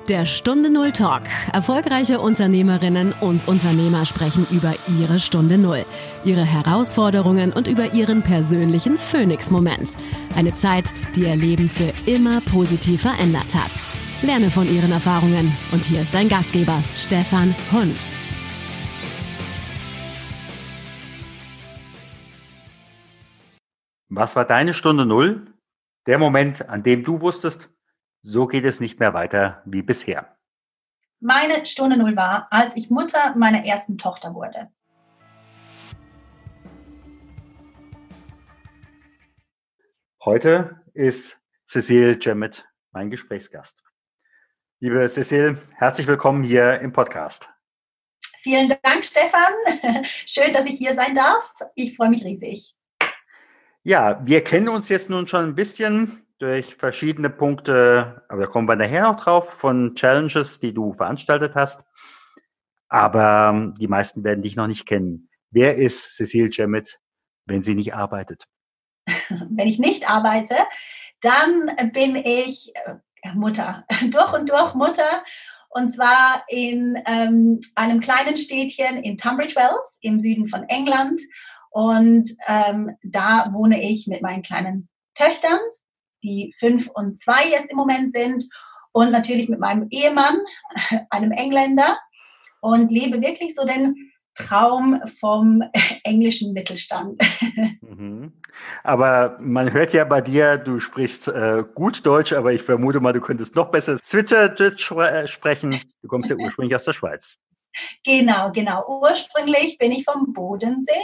Der Stunde Null Talk. Erfolgreiche Unternehmerinnen und Unternehmer sprechen über ihre Stunde Null, ihre Herausforderungen und über ihren persönlichen Phoenix-Moment. Eine Zeit, die ihr Leben für immer positiv verändert hat. Lerne von ihren Erfahrungen. Und hier ist dein Gastgeber, Stefan Hund. Was war deine Stunde Null? Der Moment, an dem du wusstest, so geht es nicht mehr weiter wie bisher. Meine Stunde Null war, als ich Mutter meiner ersten Tochter wurde. Heute ist Cecile Jemmett mein Gesprächsgast. Liebe Cecile, herzlich willkommen hier im Podcast. Vielen Dank, Stefan. Schön, dass ich hier sein darf. Ich freue mich riesig. Ja, wir kennen uns jetzt nun schon ein bisschen durch verschiedene Punkte, aber da kommen wir nachher noch drauf, von Challenges, die du veranstaltet hast. Aber die meisten werden dich noch nicht kennen. Wer ist Cecile Jemmett, wenn sie nicht arbeitet? Wenn ich nicht arbeite, dann bin ich Mutter, durch und durch Mutter. Und zwar in einem kleinen Städtchen in Tunbridge Wells im Süden von England. Und da wohne ich mit meinen kleinen Töchtern, die 5 und 2 jetzt im Moment sind, und natürlich mit meinem Ehemann, einem Engländer, und lebe wirklich so den Traum vom englischen Mittelstand. Aber man hört ja bei dir, du sprichst gut Deutsch, aber ich vermute mal, du könntest noch besser Schweizerdeutsch sprechen. Du kommst ja ursprünglich aus der Schweiz. Genau. Ursprünglich bin ich vom Bodensee.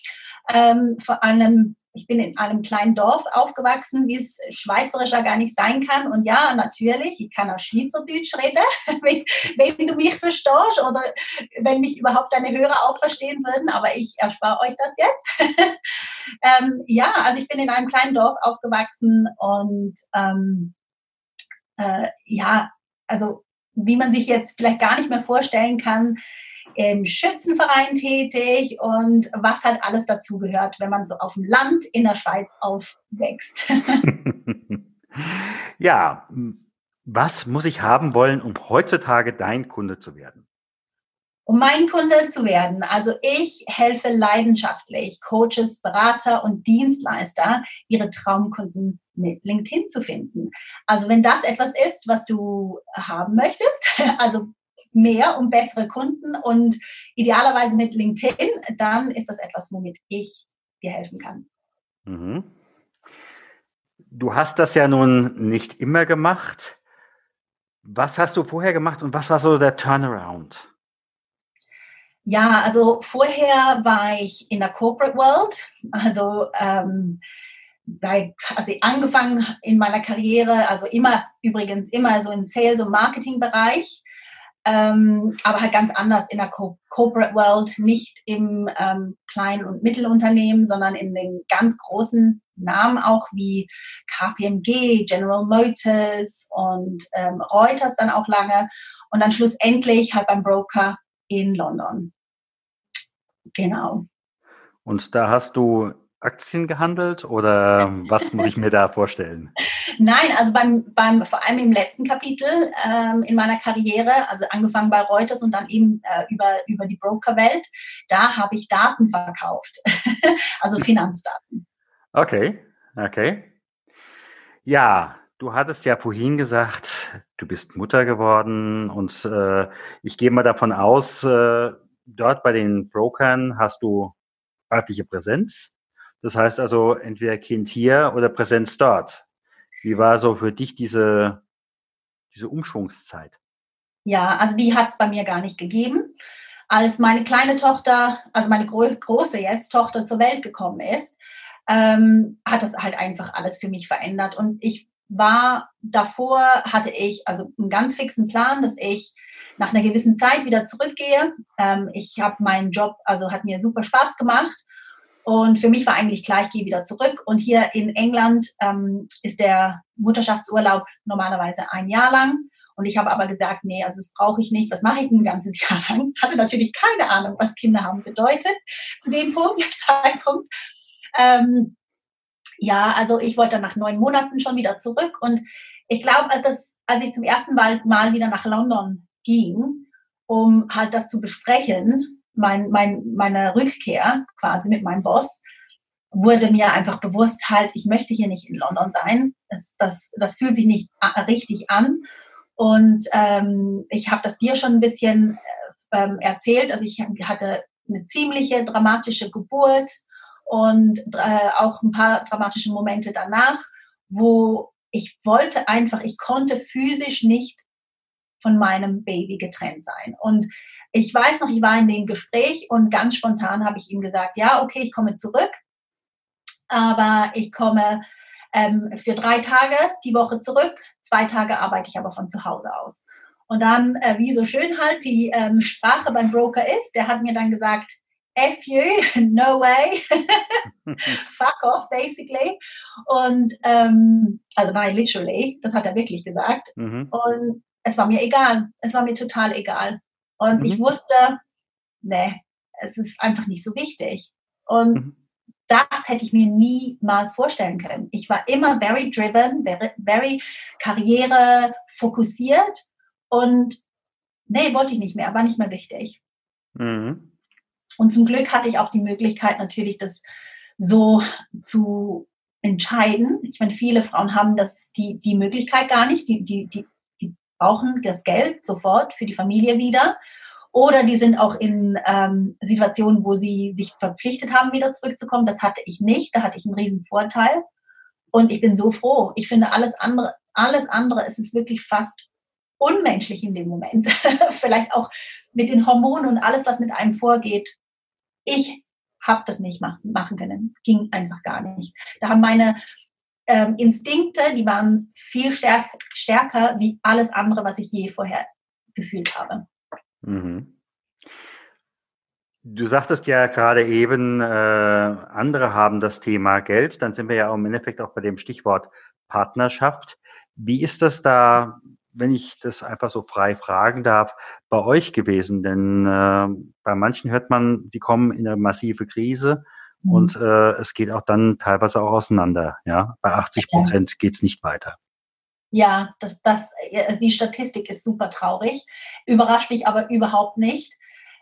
Ich bin in einem kleinen Dorf aufgewachsen, wie es schweizerischer gar nicht sein kann. Und ja, natürlich, ich kann auch Schweizerdeutsch reden, wenn du mich verstehst oder wenn mich überhaupt deine Hörer auch verstehen würden. Aber ich erspare euch das jetzt. Also ich bin in einem kleinen Dorf aufgewachsen und also wie man sich jetzt vielleicht gar nicht mehr vorstellen kann, im Schützenverein tätig und was halt alles dazugehört, wenn man so auf dem Land in der Schweiz aufwächst. Ja, was muss ich haben wollen, um heutzutage dein Kunde zu werden? Um mein Kunde zu werden, also ich helfe leidenschaftlich Coaches, Berater und Dienstleister, ihre Traumkunden mit LinkedIn zu finden. Also wenn das etwas ist, was du haben möchtest, also mehr und bessere Kunden und idealerweise mit LinkedIn, dann ist das etwas, womit ich dir helfen kann. Mhm. Du hast das ja nun nicht immer gemacht. Was hast du vorher gemacht und was war so der Turnaround? Ja, also vorher war ich in der Corporate World, also angefangen in meiner Karriere, also immer so im Sales- und Marketing-Bereich. Aber halt ganz anders in der Corporate World, nicht im kleinen und Mittelunternehmen, sondern in den ganz großen Namen auch wie KPMG, General Motors und Reuters dann auch lange und dann schlussendlich halt beim Broker in London. Genau. Und da hast du Aktien gehandelt oder was muss ich mir da vorstellen? Nein, also vor allem im letzten Kapitel in meiner Karriere, also angefangen bei Reuters und dann eben über die Brokerwelt, da habe ich Daten verkauft, also Finanzdaten. Okay. Ja, du hattest ja vorhin gesagt, du bist Mutter geworden und ich gehe mal davon aus, dort bei den Brokern hast du örtliche Präsenz. Das heißt also entweder Kind hier oder Präsenz dort. Wie war so für dich diese Umschwungszeit? Ja, also die hat es bei mir gar nicht gegeben. Als meine kleine Tochter, also meine große jetzt Tochter zur Welt gekommen ist, hat das halt einfach alles für mich verändert. Und hatte ich also einen ganz fixen Plan, dass ich nach einer gewissen Zeit wieder zurückgehe. Ich habe meinen Job, also hat mir super Spaß gemacht. Und für mich war eigentlich klar, ich gehe wieder zurück. Und hier in England ist der Mutterschaftsurlaub normalerweise 1 Jahr lang. Und ich habe aber gesagt, nee, also das brauche ich nicht. Was mache ich ein ganzes Jahr lang? Hatte natürlich keine Ahnung, was Kinder haben bedeutet zu dem Zeitpunkt. Also ich wollte dann nach 9 Monaten schon wieder zurück. Und ich glaube, als ich zum ersten Mal wieder nach London ging, um halt das zu besprechen, meine Rückkehr quasi mit meinem Boss, wurde mir einfach bewusst halt, ich möchte hier nicht in London sein. Das fühlt sich nicht richtig an. Und ich habe das dir schon ein bisschen erzählt. Also ich hatte eine ziemliche dramatische Geburt und auch ein paar dramatische Momente danach, wo ich konnte physisch nicht von meinem Baby getrennt sein. Und ich weiß noch, ich war in dem Gespräch und ganz spontan habe ich ihm gesagt, ja, okay, ich komme zurück, aber ich komme für 3 Tage die Woche zurück, 2 Tage arbeite ich aber von zu Hause aus. Und dann, wie so schön halt die Sprache beim Broker ist, der hat mir dann gesagt, F you, no way, fuck off, basically. Und, also nein, literally, das hat er wirklich gesagt. Und es war mir egal, es war mir total egal. Und ich wusste, nee, es ist einfach nicht so wichtig. Und das hätte ich mir niemals vorstellen können. Ich war immer very driven, very Karriere fokussiert und nee, wollte ich nicht mehr, war nicht mehr wichtig. Und zum Glück hatte ich auch die Möglichkeit natürlich, das so zu entscheiden. Ich meine, viele Frauen haben die Möglichkeit gar nicht, die brauchen das Geld sofort für die Familie wieder. Oder die sind auch in Situationen, wo sie sich verpflichtet haben, wieder zurückzukommen. Das hatte ich nicht. Da hatte ich einen riesen Vorteil. Und ich bin so froh. Ich finde alles andere ist es wirklich fast unmenschlich in dem Moment. Vielleicht auch mit den Hormonen und alles, was mit einem vorgeht. Ich habe das nicht machen können. Ging einfach gar nicht. Da haben meine Instinkte, die waren viel stärker wie alles andere, was ich je vorher gefühlt habe. Du sagtest ja gerade eben, andere haben das Thema Geld. Dann sind wir ja im Endeffekt auch bei dem Stichwort Partnerschaft. Wie ist das da, wenn ich das einfach so frei fragen darf, bei euch gewesen? Denn bei manchen hört man, die kommen in eine massive Krise und es geht auch dann teilweise auch auseinander. Ja, bei 80% geht's nicht weiter. Ja, die Statistik ist super traurig, überrascht mich aber überhaupt nicht.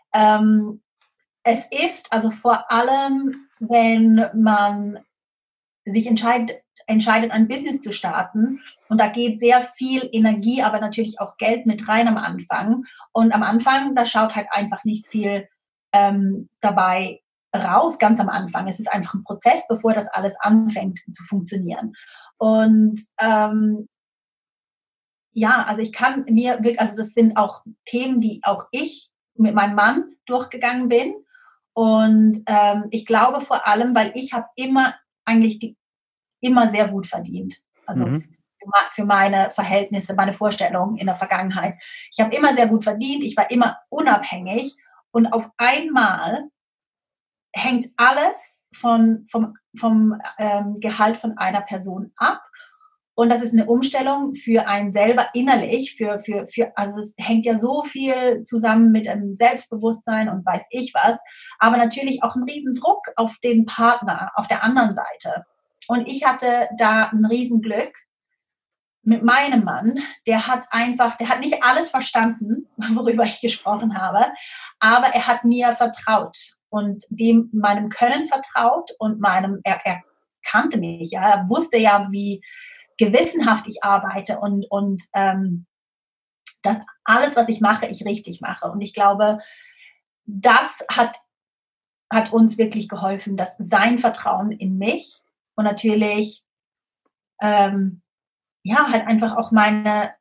Es ist also vor allem, wenn man sich entscheidet, ein Business zu starten, und da geht sehr viel Energie, aber natürlich auch Geld mit rein am Anfang. Und am Anfang, da schaut halt einfach nicht viel dabei raus, ganz am Anfang. Es ist einfach ein Prozess, bevor das alles anfängt zu funktionieren. Und ja, also ich kann mir wirklich, also das sind auch Themen, die auch ich mit meinem Mann durchgegangen bin. Und ich glaube vor allem, weil ich habe immer sehr gut verdient. Also für meine Verhältnisse, meine Vorstellungen in der Vergangenheit. Ich habe immer sehr gut verdient, ich war immer unabhängig und auf einmal hängt alles vom Gehalt von einer Person ab. Und das ist eine Umstellung für einen selber innerlich, also es hängt ja so viel zusammen mit einem Selbstbewusstsein und weiß ich was, aber natürlich auch einen riesen Druck auf den Partner auf der anderen Seite. Und ich hatte da ein Riesenglück mit meinem Mann, der hat nicht alles verstanden, worüber ich gesprochen habe, aber er hat mir vertraut und meinem Können vertraut und er kannte mich, ja, er wusste ja, wie gewissenhaft ich arbeite und dass alles, was ich mache, ich richtig mache. Und ich glaube, das hat uns wirklich geholfen, dass sein Vertrauen in mich und natürlich halt einfach auch mein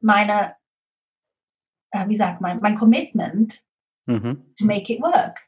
Commitment to make it work.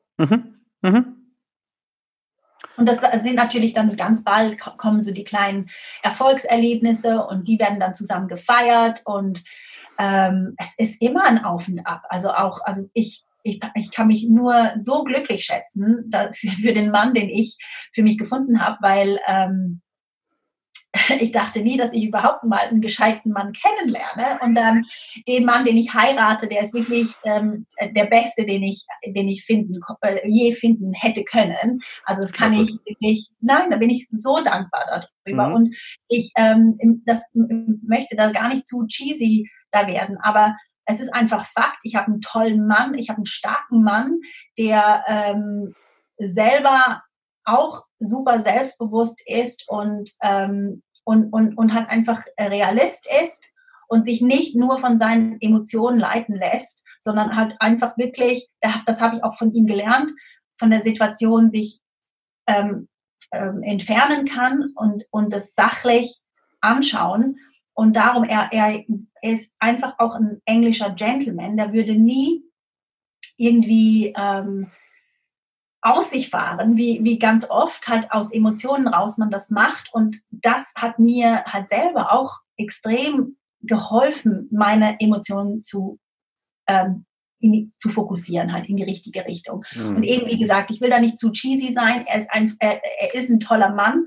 Und das sind natürlich dann ganz bald, kommen so die kleinen Erfolgserlebnisse und die werden dann zusammen gefeiert und es ist immer ein Auf und Ab. Also ich kann mich nur so glücklich schätzen für den Mann, den ich für mich gefunden habe, weil ich dachte nie, dass ich überhaupt mal einen gescheiten Mann kennenlerne. Und dann den Mann, den ich heirate, der ist wirklich der Beste, den ich je finden hätte können. Also das kann ich wirklich, nein, da bin ich so dankbar darüber. Mhm. Und ich möchte da gar nicht zu cheesy da werden, aber es ist einfach Fakt. Ich habe einen tollen Mann, ich habe einen starken Mann, der selber auch super selbstbewusst ist und halt einfach Realist ist und sich nicht nur von seinen Emotionen leiten lässt, sondern halt einfach wirklich, das habe ich auch von ihm gelernt, von der Situation sich entfernen kann und das sachlich anschauen. Und darum, er ist einfach auch ein englischer Gentleman, der würde nie irgendwie aus sich fahren, wie ganz oft halt aus Emotionen raus man das macht. Und das hat mir halt selber auch extrem geholfen, meine Emotionen zu fokussieren, halt in die richtige Richtung. Mhm. Und eben, wie gesagt, ich will da nicht zu cheesy sein. Er ist ein toller Mann.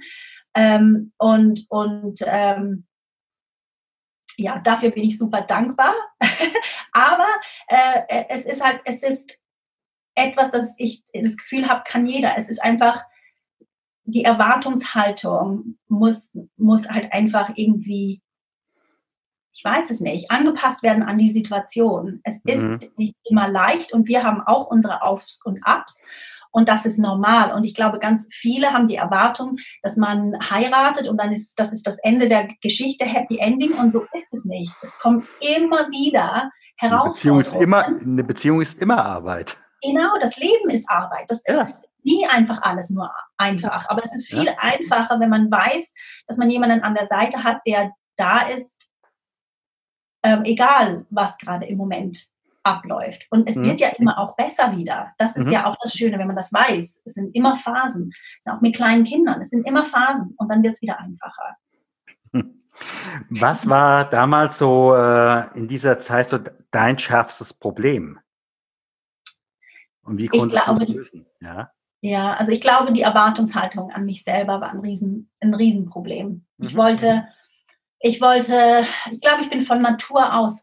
Ja, dafür bin ich super dankbar. Aber es ist etwas, das ich das Gefühl habe, kann jeder. Es ist einfach, die Erwartungshaltung muss halt einfach irgendwie, ich weiß es nicht, angepasst werden an die Situation. Es ist nicht immer leicht und wir haben auch unsere Aufs und Abs und das ist normal. Und ich glaube, ganz viele haben die Erwartung, dass man heiratet und das ist das Ende der Geschichte, Happy Ending, und so ist es nicht. Es kommt immer wieder Herausforderungen. Eine Beziehung ist immer Arbeit. Genau, das Leben ist Arbeit. Das ist nie einfach alles nur einfach. Aber es ist viel einfacher, wenn man weiß, dass man jemanden an der Seite hat, der da ist, egal was gerade im Moment abläuft. Und es wird ja immer auch besser wieder. Das ist ja auch das Schöne, wenn man das weiß. Es sind immer Phasen. Es sind auch mit kleinen Kindern. Es sind immer Phasen. Und dann wird es wieder einfacher. Was war damals so in dieser Zeit so dein schärfstes Problem? Und wie konntest du das lösen? Ja, also ich glaube, die Erwartungshaltung an mich selber war ein Riesenproblem. Ich glaube, ich bin von Natur aus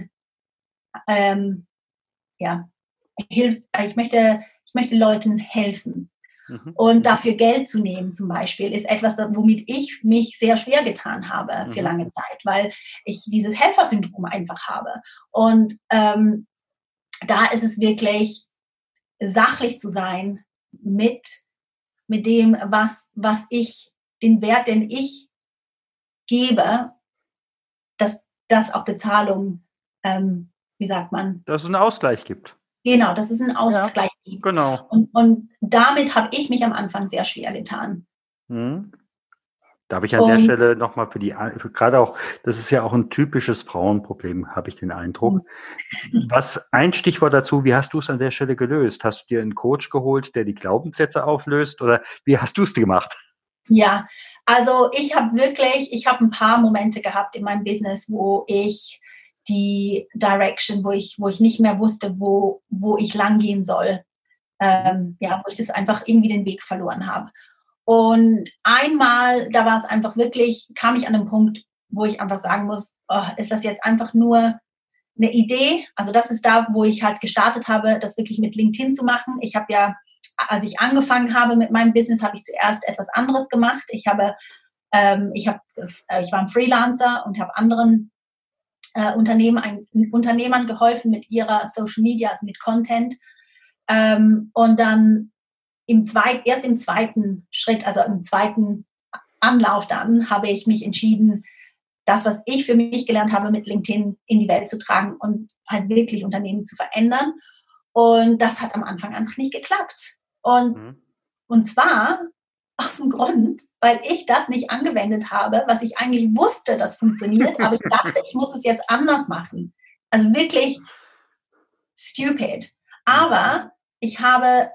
ich möchte Leuten helfen. Und dafür Geld zu nehmen zum Beispiel ist etwas, womit ich mich sehr schwer getan habe für lange Zeit, weil ich dieses Helfersyndrom einfach habe. Und da ist es wirklich sachlich zu sein mit dem, was ich, den Wert, den ich gebe, dass das auch Bezahlung, wie sagt man? Dass es einen Ausgleich gibt. Genau, dass es einen Ausgleich gibt. Genau. Und damit habe ich mich am Anfang sehr schwer getan. Da habe ich an der Stelle nochmal gerade auch, das ist ja auch ein typisches Frauenproblem, habe ich den Eindruck. Was ein Stichwort dazu, wie hast du es an der Stelle gelöst? Hast du dir einen Coach geholt, der die Glaubenssätze auflöst, oder wie hast du es gemacht? Ja, also ich habe ein paar Momente gehabt in meinem Business, wo ich die Direction, wo ich nicht mehr wusste, wo ich lang gehen soll, wo ich das einfach irgendwie den Weg verloren habe. Und einmal, da war es einfach wirklich, kam ich an einen Punkt, wo ich einfach sagen muss, ist das jetzt einfach nur eine Idee? Also das ist da, wo ich halt gestartet habe, das wirklich mit LinkedIn zu machen. Ich habe ja, als ich angefangen habe mit meinem Business, habe ich zuerst etwas anderes gemacht. Ich war ein Freelancer und habe anderen Unternehmern geholfen mit ihrer Social Media, also mit Content. Und dann erst im zweiten Schritt, also im zweiten Anlauf dann, habe ich mich entschieden, das, was ich für mich gelernt habe, mit LinkedIn in die Welt zu tragen und halt wirklich Unternehmen zu verändern. Und das hat am Anfang einfach nicht geklappt. Und zwar aus dem Grund, weil ich das nicht angewendet habe, was ich eigentlich wusste, das funktioniert, aber ich dachte, ich muss es jetzt anders machen. Also wirklich stupid. Aber ich habe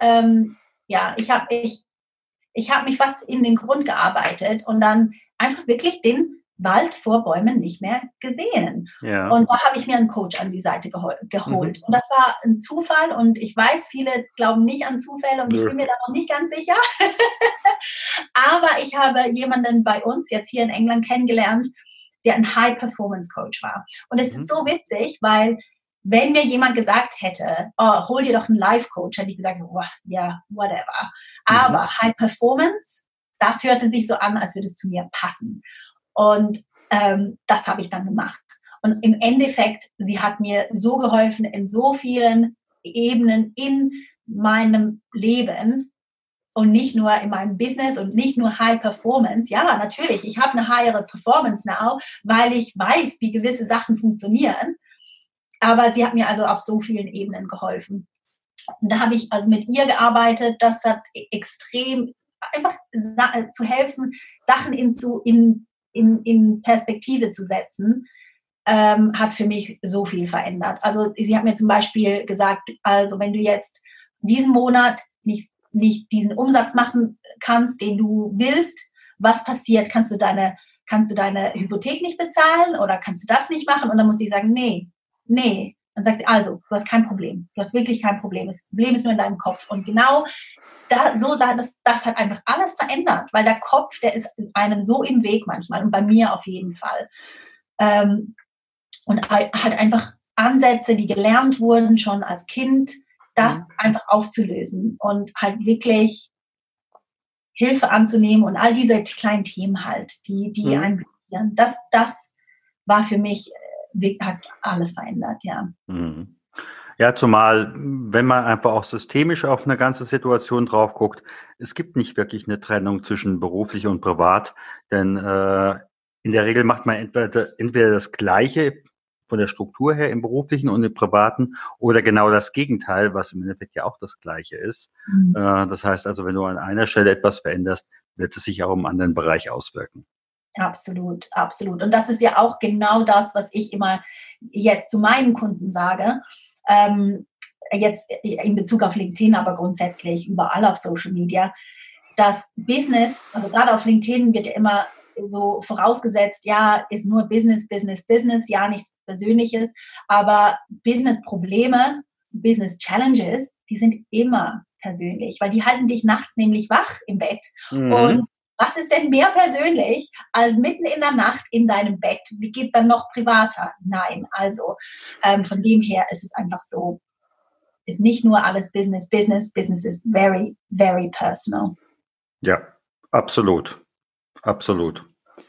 mich fast in den Grund gearbeitet und dann einfach wirklich den Wald vor Bäumen nicht mehr gesehen. Ja. Und da habe ich mir einen Coach an die Seite geholt. Und das war ein Zufall und ich weiß, viele glauben nicht an Zufälle und ich bin mir da noch nicht ganz sicher. Aber ich habe jemanden bei uns jetzt hier in England kennengelernt, der ein High-Performance-Coach war. Und es ist so witzig, weil wenn mir jemand gesagt hätte, oh, hol dir doch einen Life-Coach, hätte ich gesagt, oh, ja, whatever. Aber High-Performance, das hörte sich so an, als würde es zu mir passen. Und das habe ich dann gemacht. Und im Endeffekt, sie hat mir so geholfen in so vielen Ebenen in meinem Leben und nicht nur in meinem Business und nicht nur High Performance. Ja, natürlich, ich habe eine higher Performance now, weil ich weiß, wie gewisse Sachen funktionieren. Aber sie hat mir also auf so vielen Ebenen geholfen. Und da habe ich also mit ihr gearbeitet. Das hat extrem einfach zu helfen, Sachen in Perspektive zu setzen, hat für mich so viel verändert. Also sie hat mir zum Beispiel gesagt, also wenn du jetzt diesen Monat nicht diesen Umsatz machen kannst, den du willst, was passiert? Kannst du deine Hypothek nicht bezahlen oder kannst du das nicht machen? Und dann muss ich sagen, nee. Dann sagt sie, also, du hast kein Problem. Du hast wirklich kein Problem. Das Problem ist nur in deinem Kopf. Und genau das hat einfach alles verändert, weil der Kopf, der ist einem so im Weg manchmal und bei mir auf jeden Fall. Und hat einfach Ansätze, die gelernt wurden schon als Kind, das einfach aufzulösen und halt wirklich Hilfe anzunehmen und all diese kleinen Themen halt, die einblockieren. Das war für mich, hat alles verändert, ja. Ja, zumal, wenn man einfach auch systemisch auf eine ganze Situation drauf guckt, es gibt nicht wirklich eine Trennung zwischen beruflich und privat, denn in der Regel macht man entweder das Gleiche von der Struktur her im beruflichen und im privaten oder genau das Gegenteil, was im Endeffekt ja auch das Gleiche ist. Das heißt also, wenn du an einer Stelle etwas veränderst, wird es sich auch im anderen Bereich auswirken. Absolut, absolut. Und das ist ja auch genau das, was ich immer jetzt zu meinen Kunden sage. Jetzt in Bezug auf LinkedIn, aber grundsätzlich überall auf Social Media. Das Business, also gerade auf LinkedIn wird ja immer so vorausgesetzt, ja, ist nur Business, ja, nichts Persönliches. Aber Business-Probleme, Business-Challenges, die sind immer persönlich, weil die halten dich nachts nämlich wach im Bett. Und was ist denn mehr persönlich als mitten in der Nacht in deinem Bett? Wie geht's dann noch privater? Nein, also von dem her ist es einfach so, ist nicht nur alles Business. Business is very, very personal. Ja, absolut. Absolut.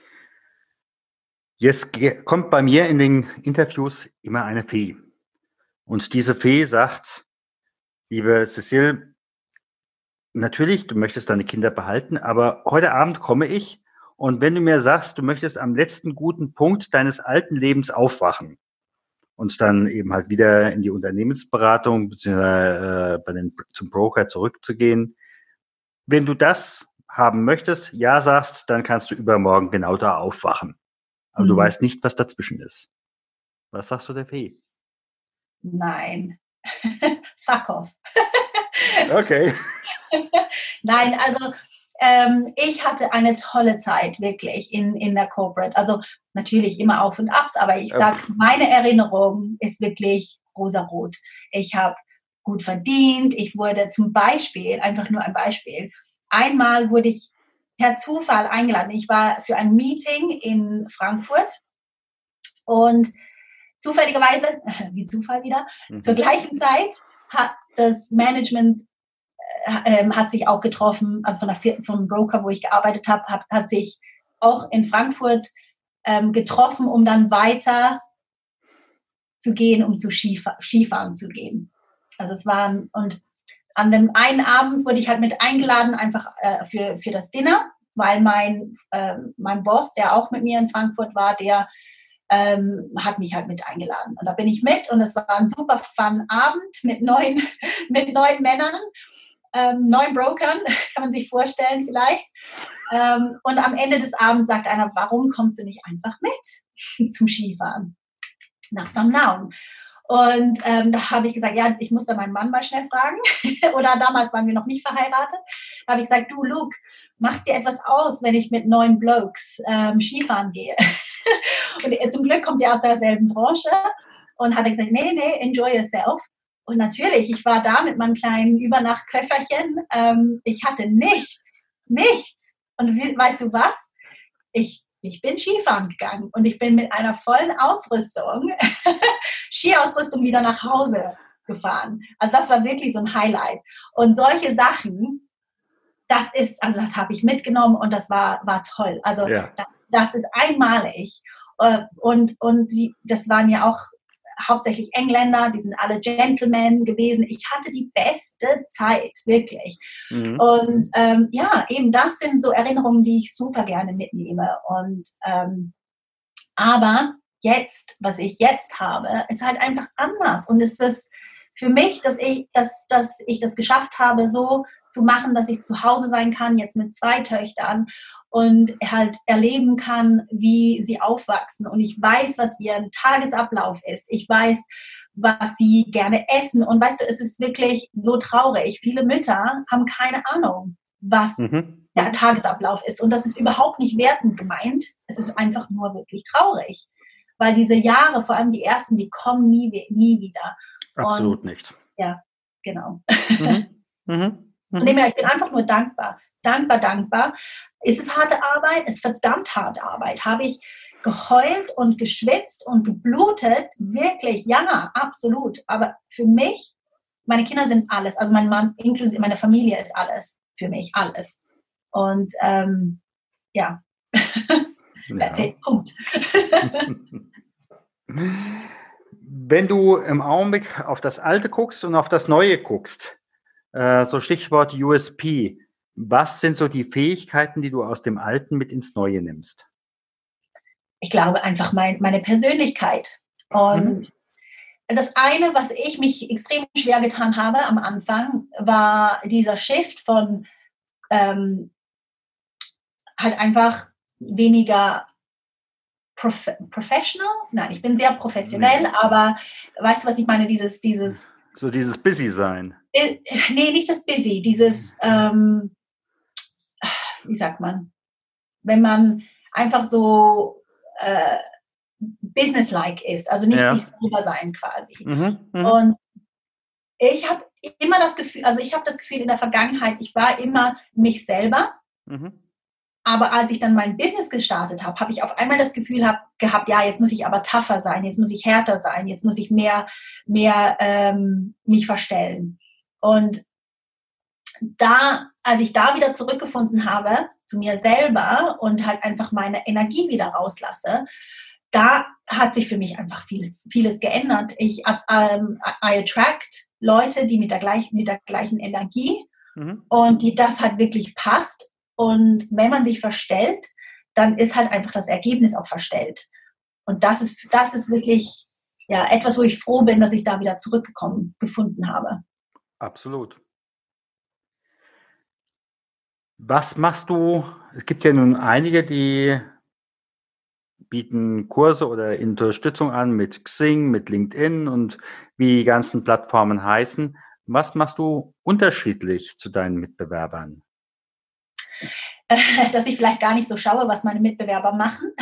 Jetzt kommt bei mir in den Interviews immer eine Fee. Und diese Fee sagt, liebe Cecile, natürlich, du möchtest deine Kinder behalten, aber heute Abend komme ich und wenn du mir sagst, du möchtest am letzten guten Punkt deines alten Lebens aufwachen und dann eben halt wieder in die Unternehmensberatung bzw. zum Broker zurückzugehen, wenn du das haben möchtest, ja sagst, dann kannst du übermorgen genau da aufwachen. Aber du weißt nicht, was dazwischen ist. Was sagst du der Fee? Nein. Fuck off. Okay. Nein, also ich hatte eine tolle Zeit, wirklich, in der Corporate. Also natürlich immer Auf und Abs, aber ich sag, meine Erinnerung ist wirklich rosarot. Ich habe gut verdient. Ich wurde zum Beispiel, einfach nur ein Beispiel, einmal wurde ich per Zufall eingeladen. Ich war für ein Meeting in Frankfurt und zufälligerweise, wie Zufall wieder, zur gleichen Zeit hat das Management hat sich auch getroffen, also vom Broker, wo ich gearbeitet habe, hat sich auch in Frankfurt getroffen, um dann weiter zu gehen, um zu Skifahren zu gehen. Also und an dem einen Abend wurde ich halt mit eingeladen, einfach für das Dinner, weil mein Boss, der auch mit mir in Frankfurt war, der hat mich halt mit eingeladen. Und da bin ich mit und es war ein super fun Abend mit neun Männern, 9 Brokern, kann man sich vorstellen vielleicht. Und am Ende des Abends sagt einer, warum kommst du nicht einfach mit zum Skifahren nach Samnaun? Und da habe ich gesagt, ja, ich muss da meinen Mann mal schnell fragen. Oder damals waren wir noch nicht verheiratet. Da habe ich gesagt, du Luke, macht dir etwas aus, wenn ich mit 9 Blokes Skifahren gehe? Und zum Glück kommt er aus derselben Branche und hat gesagt, nee, enjoy yourself. Und natürlich, ich war da mit meinem kleinen Übernachtköfferchen. Ich hatte nichts. Und weißt du was? Ich bin Skifahren gegangen und ich bin mit einer vollen Ausrüstung, Skiausrüstung wieder nach Hause gefahren. Also das war wirklich so ein Highlight. Und solche Sachen, das habe ich mitgenommen und das war toll. Also das ist einmalig. Und das waren ja auch hauptsächlich Engländer, die sind alle Gentlemen gewesen. Ich hatte die beste Zeit, wirklich. Mhm. Und eben das sind so Erinnerungen, die ich super gerne mitnehme. Und aber jetzt, was ich jetzt habe, ist halt einfach anders. Und es ist für mich, dass ich das geschafft habe, so zu machen, dass ich zu Hause sein kann, jetzt mit 2 Töchtern und halt erleben kann, wie sie aufwachsen. Und ich weiß, was ihr Tagesablauf ist. Ich weiß, was sie gerne essen. Und weißt du, es ist wirklich so traurig. Viele Mütter haben keine Ahnung, was der Tagesablauf ist. Und das ist überhaupt nicht wertend gemeint. Es ist einfach nur wirklich traurig. Weil diese Jahre, vor allem die ersten, die kommen nie wieder. Absolut nicht. Ja, genau. Von dem her, ich bin einfach nur dankbar. Dankbar. Ist es harte Arbeit? Ist verdammt harte Arbeit. Habe ich geheult und geschwitzt und geblutet? Wirklich, ja, absolut. Aber für mich, meine Kinder sind alles. Also mein Mann, inklusive meine Familie ist alles. Für mich, alles. Und that's it. Punkt. Wenn du im Augenblick auf das Alte guckst und auf das Neue guckst, so Stichwort USP, was sind so die Fähigkeiten, die du aus dem Alten mit ins Neue nimmst? Ich glaube einfach meine Persönlichkeit. Und das eine, was ich mich extrem schwer getan habe am Anfang, war dieser Shift von halt einfach weniger professional. Nein, ich bin sehr professionell, aber weißt du, was ich meine? Dieses so dieses Busy sein. Nee, nicht das Busy, dieses wie sagt man? Wenn man einfach so businesslike ist, also nicht sich selber sein quasi. Und ich habe immer das Gefühl, in der Vergangenheit, ich war immer mich selber. Aber als ich dann mein Business gestartet habe, habe ich auf einmal das Gefühl gehabt, ja, jetzt muss ich aber tougher sein, jetzt muss ich härter sein, jetzt muss ich mehr mich verstellen. Und als ich da wieder zurückgefunden habe zu mir selber und halt einfach meine Energie wieder rauslasse, da hat sich für mich einfach vieles geändert. I attract Leute, die mit der gleichen Energie und die das halt wirklich passt. Und wenn man sich verstellt, dann ist halt einfach das Ergebnis auch verstellt. Und das ist wirklich etwas, wo ich froh bin, dass ich da wieder gefunden habe. Absolut. Was machst du? Es gibt ja nun einige, die bieten Kurse oder Unterstützung an mit Xing, mit LinkedIn und wie die ganzen Plattformen heißen. Was machst du unterschiedlich zu deinen Mitbewerbern? Dass ich vielleicht gar nicht so schaue, was meine Mitbewerber machen.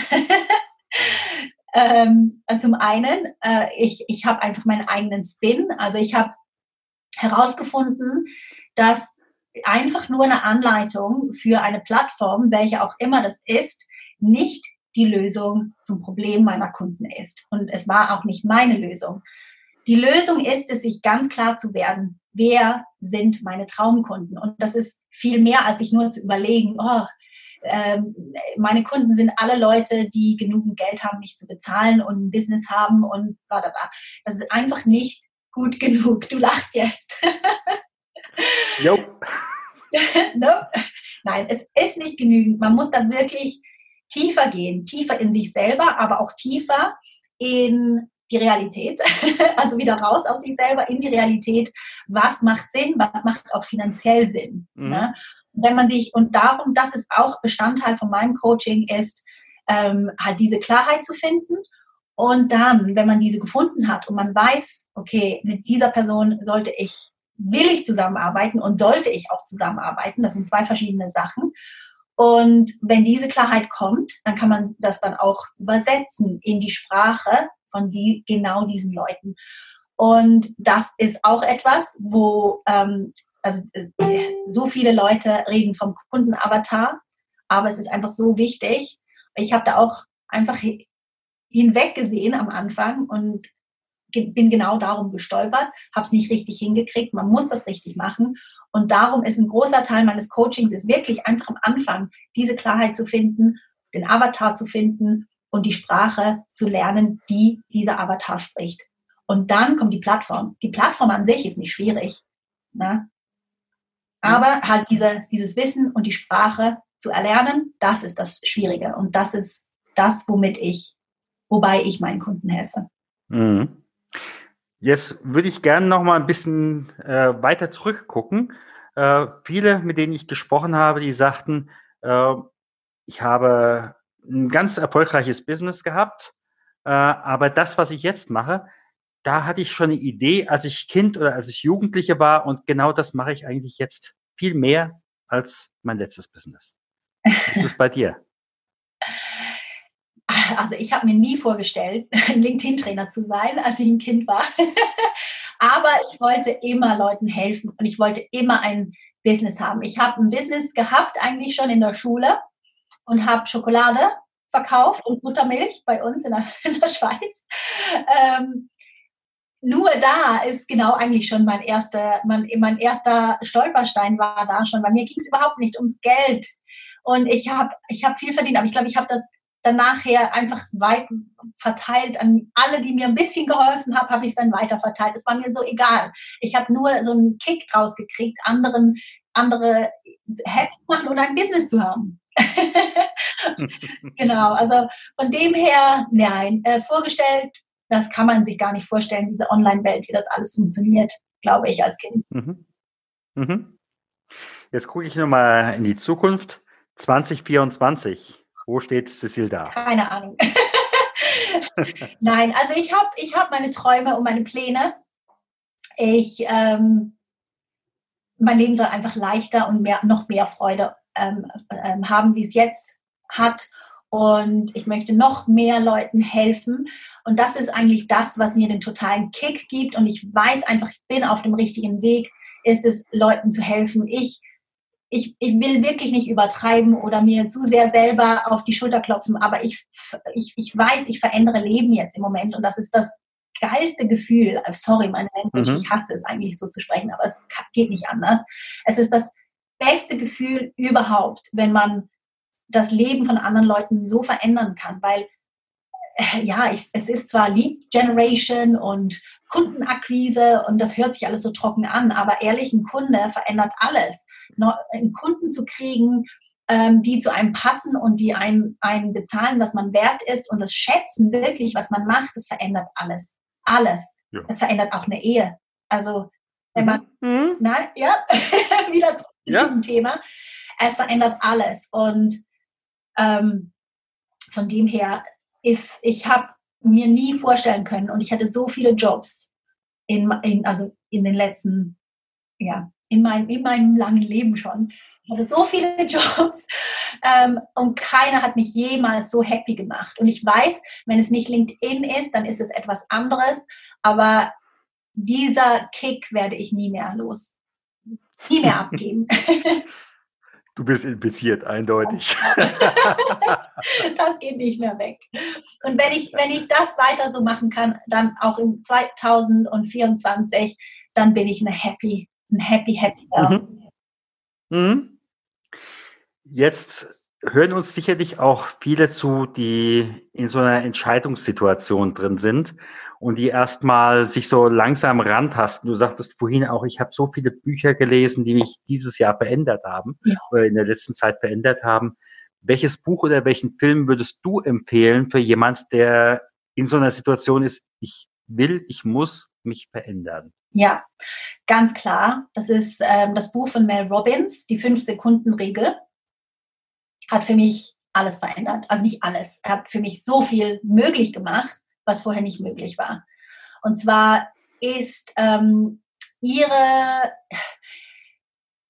Zum einen, ich habe einfach meinen eigenen Spin. Also ich habe herausgefunden, dass einfach nur eine Anleitung für eine Plattform, welche auch immer das ist, nicht die Lösung zum Problem meiner Kunden ist. Und es war auch nicht meine Lösung. Die Lösung ist es, sich ganz klar zu werden, wer sind meine Traumkunden? Und das ist viel mehr, als sich nur zu überlegen, meine Kunden sind alle Leute, die genügend Geld haben, mich zu bezahlen und ein Business haben und bla bla bla. Das ist einfach nicht gut genug. Du lachst jetzt. Jo. No? Nein, es ist nicht genügend. Man muss dann wirklich tiefer gehen, tiefer in sich selber, aber auch tiefer in die Realität, also wieder raus aus sich selber in die Realität. Was macht Sinn? Was macht auch finanziell Sinn? Ne? Wenn man sich, und darum, das ist auch Bestandteil von meinem Coaching, ist halt diese Klarheit zu finden. Und dann, wenn man diese gefunden hat und man weiß, okay, mit dieser Person will ich zusammenarbeiten und sollte ich auch zusammenarbeiten, das sind 2 verschiedene Sachen. Und wenn diese Klarheit kommt, dann kann man das dann auch übersetzen in die Sprache von genau diesen Leuten. Und das ist auch etwas, wo so viele Leute reden vom Kundenavatar, aber es ist einfach so wichtig. Ich habe da auch einfach hinweggesehen am Anfang und bin genau darum gestolpert, habe es nicht richtig hingekriegt. Man muss das richtig machen. Und darum ist ein großer Teil meines Coachings ist wirklich einfach am Anfang diese Klarheit zu finden, den Avatar zu finden und die Sprache zu lernen, die dieser Avatar spricht. Und dann kommt die Plattform. Die Plattform an sich ist nicht schwierig, ne? Aber halt dieses Wissen und die Sprache zu erlernen, das ist das Schwierige. Und das ist das, wobei ich meinen Kunden helfe. Mhm. Jetzt würde ich gerne noch mal ein bisschen weiter zurückgucken. Viele, mit denen ich gesprochen habe, die sagten, ich habe ein ganz erfolgreiches Business gehabt, aber das, was ich jetzt mache, da hatte ich schon eine Idee, als ich Kind oder als ich Jugendliche war, und genau das mache ich eigentlich jetzt viel mehr als mein letztes Business. Wie ist es bei dir? Also ich habe mir nie vorgestellt, ein LinkedIn-Trainer zu sein, als ich ein Kind war. Aber ich wollte immer Leuten helfen und ich wollte immer ein Business haben. Ich habe ein Business gehabt, eigentlich schon in der Schule, und habe Schokolade verkauft und Buttermilch bei uns in der Schweiz. Nur da ist genau eigentlich schon mein erster Stolperstein war da schon. Bei mir ging es überhaupt nicht ums Geld. Und ich hab viel verdient, aber ich glaube, ich habe das dann nachher einfach weit verteilt an alle, die mir ein bisschen geholfen haben, habe ich es dann weiter verteilt. Es war mir so egal. Ich habe nur so einen Kick draus gekriegt, andere happy zu machen und ein Business zu haben. Genau, also von dem her, nein, vorgestellt, das kann man sich gar nicht vorstellen, diese Online-Welt, wie das alles funktioniert, glaube ich, als Kind. Mhm. Mhm. Jetzt gucke ich nochmal in die Zukunft. 2024. Wo steht Cecile da? Keine Ahnung. Nein, also ich hab meine Träume und meine Pläne. Mein Leben soll einfach leichter und noch mehr Freude haben, wie es jetzt hat. Und ich möchte noch mehr Leuten helfen. Und das ist eigentlich das, was mir den totalen Kick gibt. Und ich weiß einfach, ich bin auf dem richtigen Weg, ist es, Leuten zu helfen. Ich will wirklich nicht übertreiben oder mir zu sehr selber auf die Schulter klopfen, aber ich weiß, ich verändere Leben jetzt im Moment und das ist das geilste Gefühl. Sorry, meine Language, ich hasse es eigentlich so zu sprechen, aber es geht nicht anders. Es ist das beste Gefühl überhaupt, wenn man das Leben von anderen Leuten so verändern kann, weil es ist zwar Lead Generation und Kundenakquise und das hört sich alles so trocken an, aber ehrlich, ein Kunde verändert alles. Einen Kunden zu kriegen, die zu einem passen und die einen bezahlen, was man wert ist und das schätzen wirklich, was man macht, das verändert alles. Alles. Ja. Das verändert auch eine Ehe. Also, wenn man, wieder zu diesem Thema, es verändert alles und von dem her ich habe mir nie vorstellen können und ich hatte so viele Jobs in den letzten, in meinem langen Leben schon. Ich hatte so viele Jobs und keiner hat mich jemals so happy gemacht. Und ich weiß, wenn es nicht LinkedIn ist, dann ist es etwas anderes, aber dieser Kick werde ich nie mehr abgeben. Du bist infiziert, eindeutig. Das geht nicht mehr weg. Und wenn ich das weiter so machen kann, dann auch in 2024, dann bin ich ein happy Girl. Mhm. Jetzt hören uns sicherlich auch viele zu, die in so einer Entscheidungssituation drin sind und die erstmal sich so langsam rantasten. Du sagtest vorhin auch, ich habe so viele Bücher gelesen, die mich dieses Jahr verändert haben oder in der letzten Zeit verändert haben. Welches Buch oder welchen Film würdest du empfehlen für jemand, der in so einer Situation ist, ich muss mich verändern? Ja, ganz klar. Das ist das Buch von Mel Robbins, die 5-Sekunden-Regel. Hat für mich alles verändert. Also nicht alles. Er hat für mich so viel möglich gemacht, was vorher nicht möglich war. Und zwar ist ihre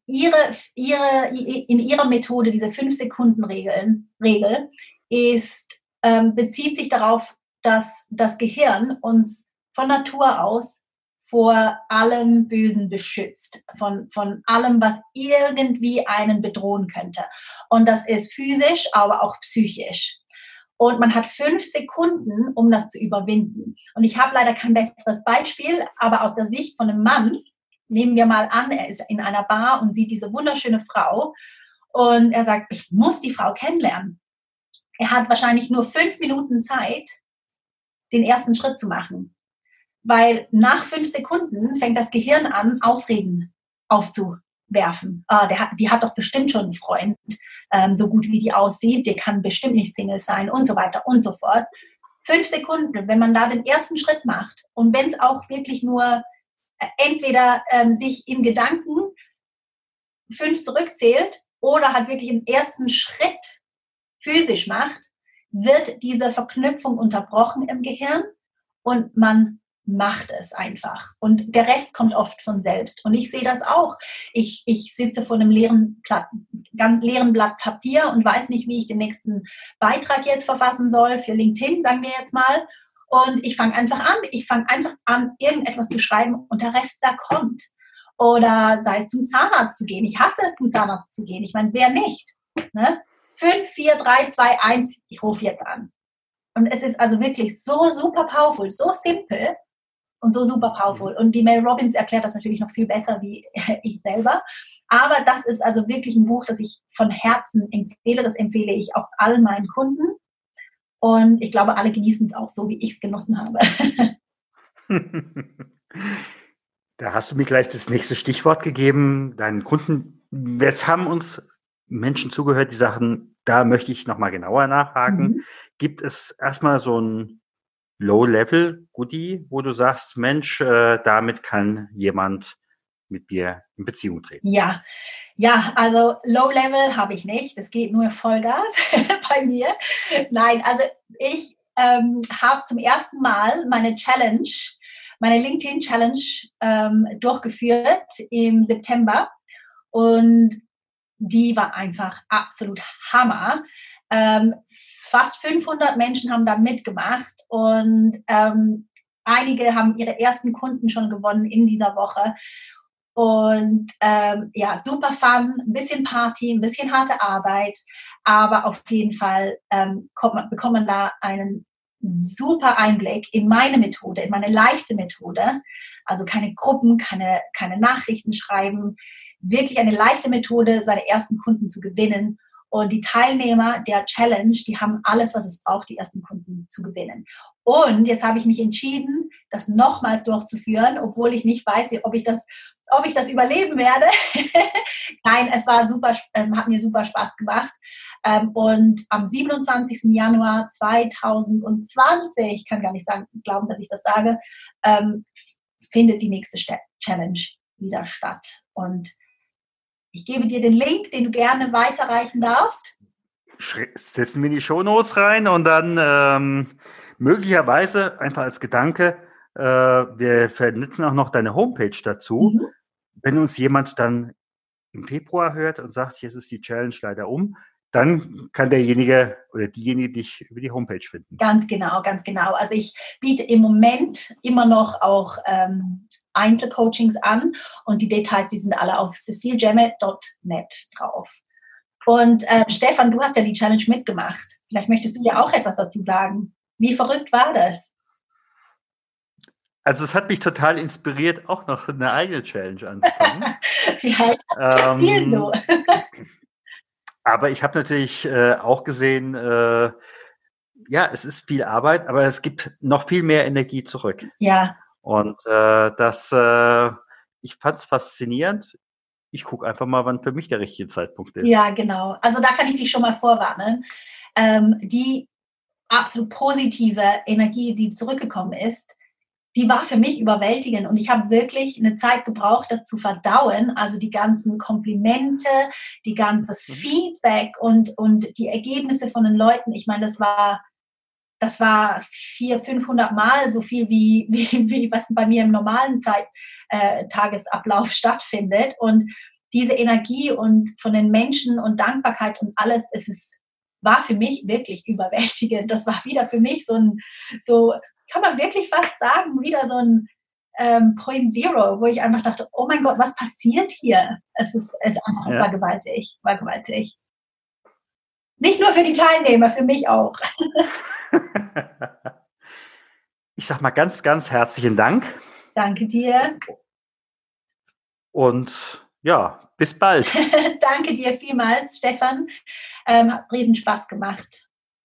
in ihrer Methode, diese 5-Sekunden-Regel, bezieht sich darauf, dass das Gehirn uns von Natur aus vor allem Bösen beschützt, von allem, was irgendwie einen bedrohen könnte. Und das ist physisch, aber auch psychisch. Und man hat 5 Sekunden, um das zu überwinden. Und ich habe leider kein besseres Beispiel, aber aus der Sicht von einem Mann, nehmen wir mal an, er ist in einer Bar und sieht diese wunderschöne Frau und er sagt, ich muss die Frau kennenlernen. Er hat wahrscheinlich nur 5 Minuten Zeit, den ersten Schritt zu machen. Weil nach 5 Sekunden fängt das Gehirn an, Ausreden aufzuwerfen. Die hat doch bestimmt schon einen Freund, so gut wie die aussieht, der kann bestimmt nicht Single sein und so weiter und so fort. 5 Sekunden, wenn man da den ersten Schritt macht und wenn es auch wirklich nur entweder sich in Gedanken 5 zurückzählt oder halt wirklich einen ersten Schritt physisch macht, wird diese Verknüpfung unterbrochen im Gehirn und man macht es einfach. Und der Rest kommt oft von selbst. Und ich sehe das auch. Ich sitze vor einem ganz leeren Blatt Papier und weiß nicht, wie ich den nächsten Beitrag jetzt verfassen soll für LinkedIn, sagen wir jetzt mal. Und ich fange einfach an. Ich fange einfach an, irgendetwas zu schreiben und der Rest, da kommt. Oder sei es zum Zahnarzt zu gehen. Ich hasse es, zum Zahnarzt zu gehen. Ich meine, wer nicht? Ne? 5, 4, 3, 2, 1, ich rufe jetzt an. Und es ist also wirklich so super powerful, so simpel und so super powerful. Und die Mel Robbins erklärt das natürlich noch viel besser wie ich selber. Aber das ist also wirklich ein Buch, das ich von Herzen empfehle. Das empfehle ich auch allen meinen Kunden. Und ich glaube, alle genießen es auch so, wie ich es genossen habe. Da hast du mir gleich das nächste Stichwort gegeben, deinen Kunden. Jetzt haben uns Menschen zugehört, die sagen, da möchte ich nochmal genauer nachhaken. Gibt es erstmal so ein Low-Level-Goodie, wo du sagst, Mensch, damit kann jemand mit mir in Beziehung treten? Ja, also Low-Level habe ich nicht. Das geht nur Vollgas bei mir. Nein, also ich habe zum ersten Mal meine LinkedIn-Challenge durchgeführt im September und die war einfach absolut Hammer. Fast 500 Menschen haben da mitgemacht und einige haben ihre ersten Kunden schon gewonnen in dieser Woche. Und super Fun, ein bisschen Party, ein bisschen harte Arbeit, aber auf jeden Fall bekommt man da einen super Einblick in meine Methode, in meine leichte Methode. Also keine Gruppen, keine Nachrichten schreiben, wirklich eine leichte Methode, seine ersten Kunden zu gewinnen. Und die Teilnehmer der Challenge, die haben alles, was es braucht, die ersten Kunden zu gewinnen. Und jetzt habe ich mich entschieden, das nochmals durchzuführen, obwohl ich nicht weiß, ob ich das überleben werde. Nein, es war super, hat mir super Spaß gemacht. Und am 27. Januar 2020, ich kann gar nicht glauben, dass ich das sage, findet die nächste Challenge wieder statt. Und ich gebe dir den Link, den du gerne weiterreichen darfst. Setzen wir in die Shownotes rein und dann möglicherweise einfach als Gedanke, wir vernetzen auch noch deine Homepage dazu. Wenn uns jemand dann im Februar hört und sagt, jetzt ist die Challenge leider dann kann derjenige oder diejenige dich über die Homepage finden. Ganz genau, ganz genau. Also ich biete im Moment immer noch auch Einzelcoachings an und die Details, die sind alle auf ceciljemmett.net drauf. Und Stefan, du hast ja die Challenge mitgemacht. Vielleicht möchtest du ja auch etwas dazu sagen. Wie verrückt war das? Also es hat mich total inspiriert, auch noch eine eigene Challenge anzufangen. Ja, vielen so. Aber ich habe natürlich auch gesehen, es ist viel Arbeit, aber es gibt noch viel mehr Energie zurück. Ja. Und ich fand es faszinierend. Ich gucke einfach mal, wann für mich der richtige Zeitpunkt ist. Ja, genau. Also da kann ich dich schon mal vorwarnen. Die absolut positive Energie, die zurückgekommen ist, die war für mich überwältigend und ich habe wirklich eine Zeit gebraucht, das zu verdauen, also die ganzen Komplimente, die ganzes Feedback und die Ergebnisse von den Leuten. Ich meine, das war 400-500 Mal so viel wie was bei mir im normalen Tagesablauf stattfindet und diese Energie und von den Menschen und Dankbarkeit und alles, war für mich wirklich überwältigend. Das war wieder für mich so kann man wirklich fast sagen, wieder so ein Point Zero, wo ich einfach dachte, oh mein Gott, was passiert hier? Es war gewaltig. Nicht nur für die Teilnehmer, für mich auch. Ich sag mal ganz, ganz herzlichen Dank. Danke dir. Und ja, bis bald. Danke dir vielmals, Stefan. Hat riesen Spaß gemacht.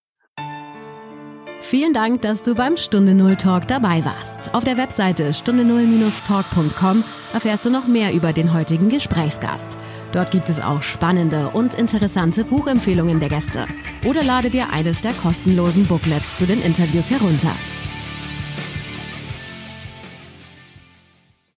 Vielen Dank, dass du beim Stunde Null Talk dabei warst. Auf der Webseite stunde0-talk.com erfährst du noch mehr über den heutigen Gesprächsgast. Dort gibt es auch spannende und interessante Buchempfehlungen der Gäste. Oder lade dir eines der kostenlosen Booklets zu den Interviews herunter.